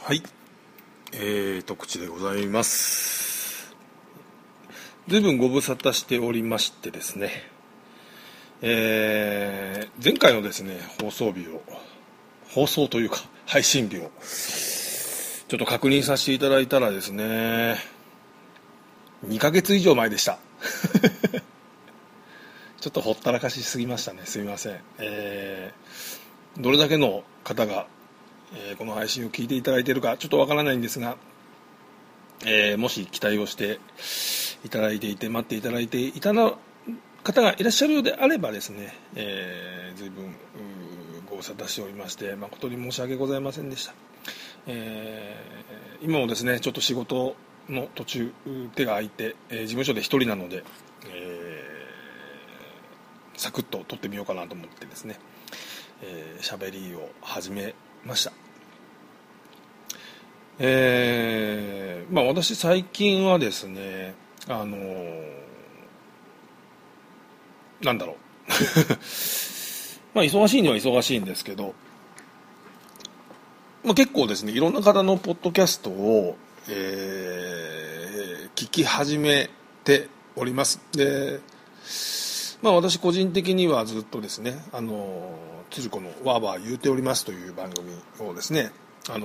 はい、特知でございます。随分ご無沙汰しておりましてですね、前回のですね、放送というか、配信日を、ちょっと確認させていただいたらですね、2ヶ月以上前でした。ちょっとほったらかしすぎましたね。すみません。どれだけの方が、この配信を聞いていただいているかちょっとわからないんですが、もし期待をしていただいていて待っていただいていた方がいらっしゃるようであればですね、随分ご無沙汰しておりまして誠に申し訳ございませんでした。今もですねちょっと仕事の途中手が空いて、事務所で一人なので、サクッと撮ってみようかなと思ってですね、喋りを始めました。私最近はですねなんだろう忙しいには忙しいんですけど、結構ですねいろんな方のポッドキャストを、聞き始めております。で、私個人的にはずっとですね鶴子のわーわー言うておりますという番組をですね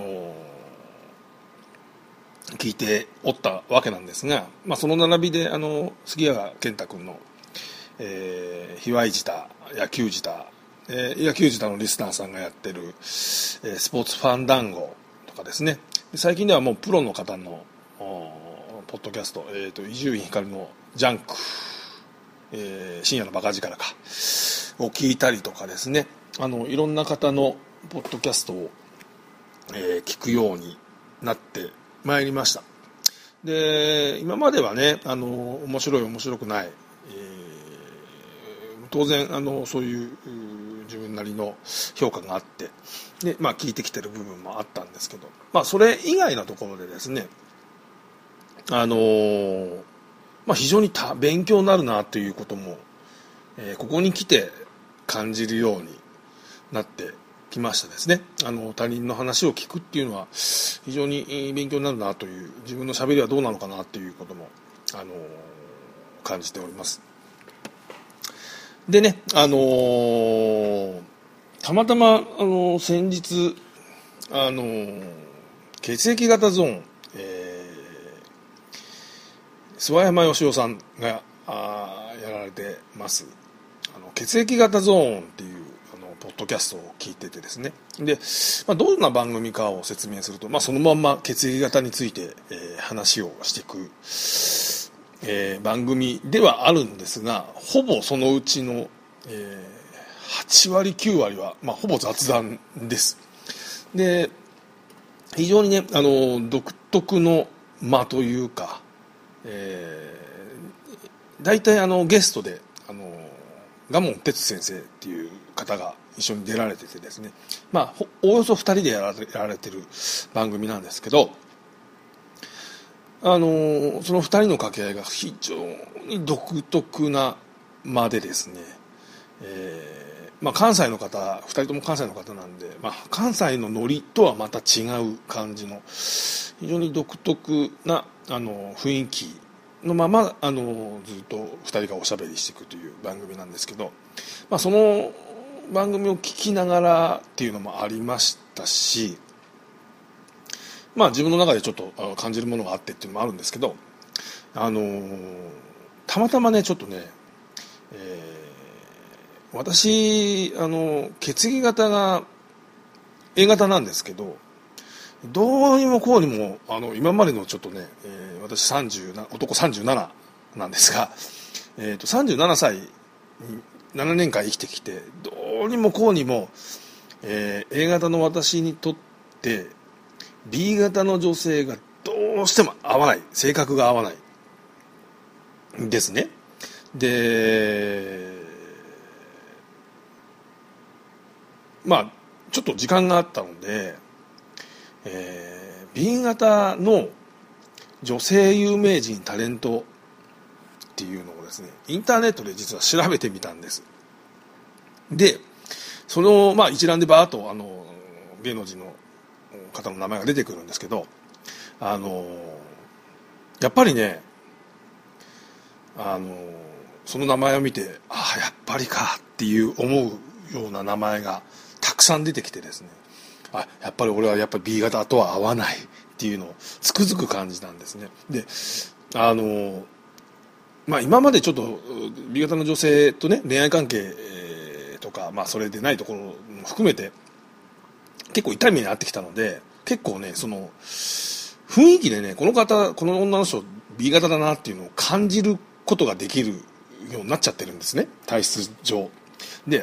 聞いておったわけなんですが、その並びで杉谷健太君の卑猥舌野球舌、野球舌のリスナーさんがやってる、スポーツファンダンゴとかですね、最近ではもうプロの方のポッドキャスト伊集院光のジャンク、深夜のバカ力かを聞いたりとかですねいろんな方のポッドキャストを、聞くようになってまいりました。で今まではね面白い面白くない、当然そういう自分なりの評価があってで、聞いてきてる部分もあったんですけど、それ以外のところでですね非常に勉強になるなということも、ここに来て感じるようになってきましたですね。他人の話を聞くっていうのは非常に勉強になるなという、自分のしゃべりはどうなのかなということも、感じております。でね、たまたま先日血液型ゾーン、諏訪山義雄さんがやられてます血液型ゾーンっていうポッドキャストを聞いててですね、で、どんな番組かを説明すると、そのまんま血液型について、話をしていく、番組ではあるんですが、ほぼそのうちの、8割9割は、ほぼ雑談です。で非常にね独特の間というか、大体ゲストで賀門哲先生っていう方が一緒に出られててですね、およそ2人でやられてる番組なんですけど、その2人の掛け合いが非常に独特な間でですね、関西の方2人とも関西の方なんで、関西のノリとはまた違う感じの非常に独特な雰囲気のままずっと2人がおしゃべりしていくという番組なんですけど、その番組を聞きながらっていうのもありましたし、自分の中でちょっと感じるものがあってっていうのもあるんですけど、たまたまねちょっとね、私血液型が A 型なんですけど、どうにもこうにも今までのちょっとね、私男37なんですが、37歳に7年間生きてきてどうにもこうにも、A 型の私にとって B 型の女性がどうしても合わない、性格が合わないんですね。でちょっと時間があったので、B 型の女性有名人タレントっていうのをですねインターネットで実は調べてみたんです。でその一覧でバーッと芸能人の方の名前が出てくるんですけど、やっぱりね、その名前を見て、やっぱりかっていう思うような名前がたくさん出てきてですね、やっぱり俺はやっぱり B 型とは合わないっていうのをつくづく感じたんですね。で、今までちょっと B 型の女性とね、恋愛関係とか、それでないところも含めて結構痛い目に遭ってきたので、結構ね、その雰囲気でね、この女の人 B 型だなっていうのを感じることができるようになっちゃってるんですね、体質上で。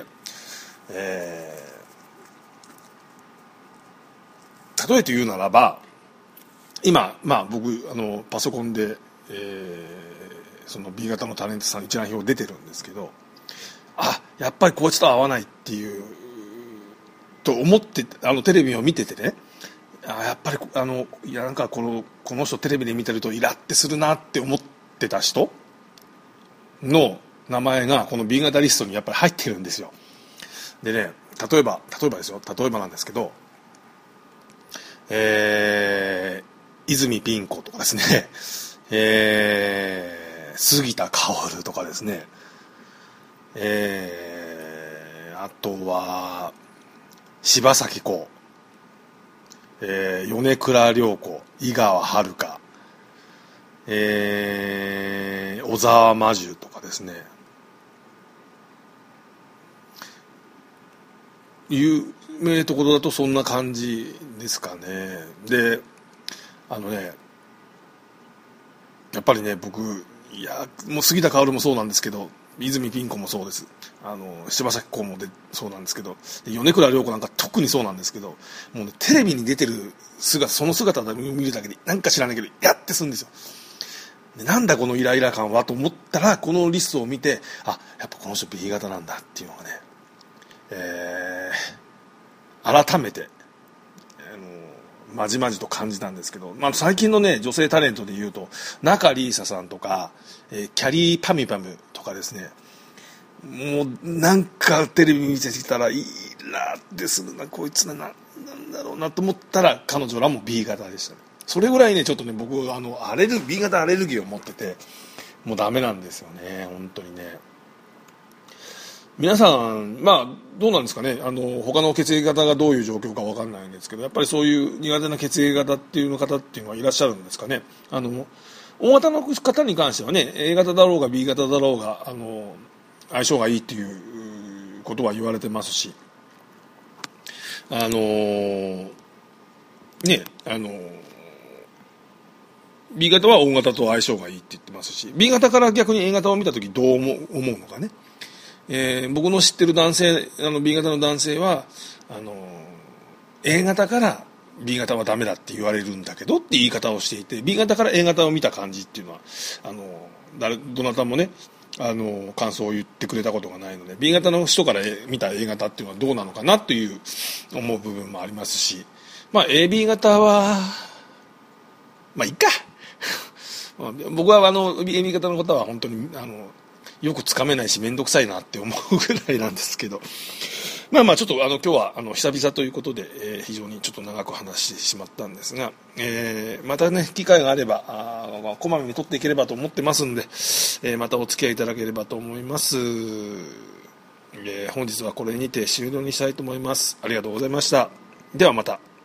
例えて言うならば、今、僕パソコンで、その B 型のタレントさん一覧表出てるんですけど、やっぱりこいつと合わないっていうと思って、テレビを見ててね、やっぱりなんかこの人テレビで見てるとイラってするなって思ってた人の名前がこの B 型リストにやっぱり入ってるんですよ。でね、例えばなんですけど、泉ピン子とかですね、杉田薫とかですね、あとは柴咲コウ、米倉涼子、井川遥、小沢真珠とかですね、有名なところだとそんな感じですかね。で、やっぱりね、僕、もう杉田薫もそうなんですけど、泉ピン子もそうです。柴咲コウもそうなんですけど、米倉涼子なんか特にそうなんですけど、もうね、テレビに出てるその姿を見るだけで、なんか知らないけど、やってするんですよ。で、なんだこのイライラ感はと思ったら、このリストを見て、やっぱこの人 B 型なんだっていうのがね、改めて、まじまじと感じたんですけど、最近のね、女性タレントでいうと、仲里依紗さんとか、キャリーパミュパムとかですね、もうなんかテレビ見てきたらイラってするな、こいつなんだろうなと思ったら、彼女らも B 型でしたね。それぐらいね、ちょっとね、僕B 型アレルギーを持ってて、もうダメなんですよね、本当にね。皆さん、どうなんですかね、他の血液型がどういう状況か分かんないんですけど、やっぱりそういう苦手な血液型っていう方っていうのはいらっしゃるんですかね。大型の方に関してはね、A 型だろうが B 型だろうが相性がいいっていうことは言われてますし、B 型は O 型と相性がいいって言ってますし、B 型から逆に A 型を見たときどう思うのかね。僕の知ってる男性、B 型の男性はA 型から B 型はダメだって言われるんだけどって言い方をしていて、 B 型から A 型を見た感じっていうのはどなたもね感想を言ってくれたことがないので、 B 型の人から見た A 型っていうのはどうなのかなという思う部分もありますし、AB 型はいいか僕はAB 型の方は本当によくつかめないし面倒くさいなって思うぐらいなんですけど、ちょっと今日は久々ということで、非常にちょっと長く話してしまったんですが、またね機会があればこまめに撮っていければと思ってますんで、またお付き合いいただければと思います。本日はこれにて終了にしたいと思います。ありがとうございました。ではまた。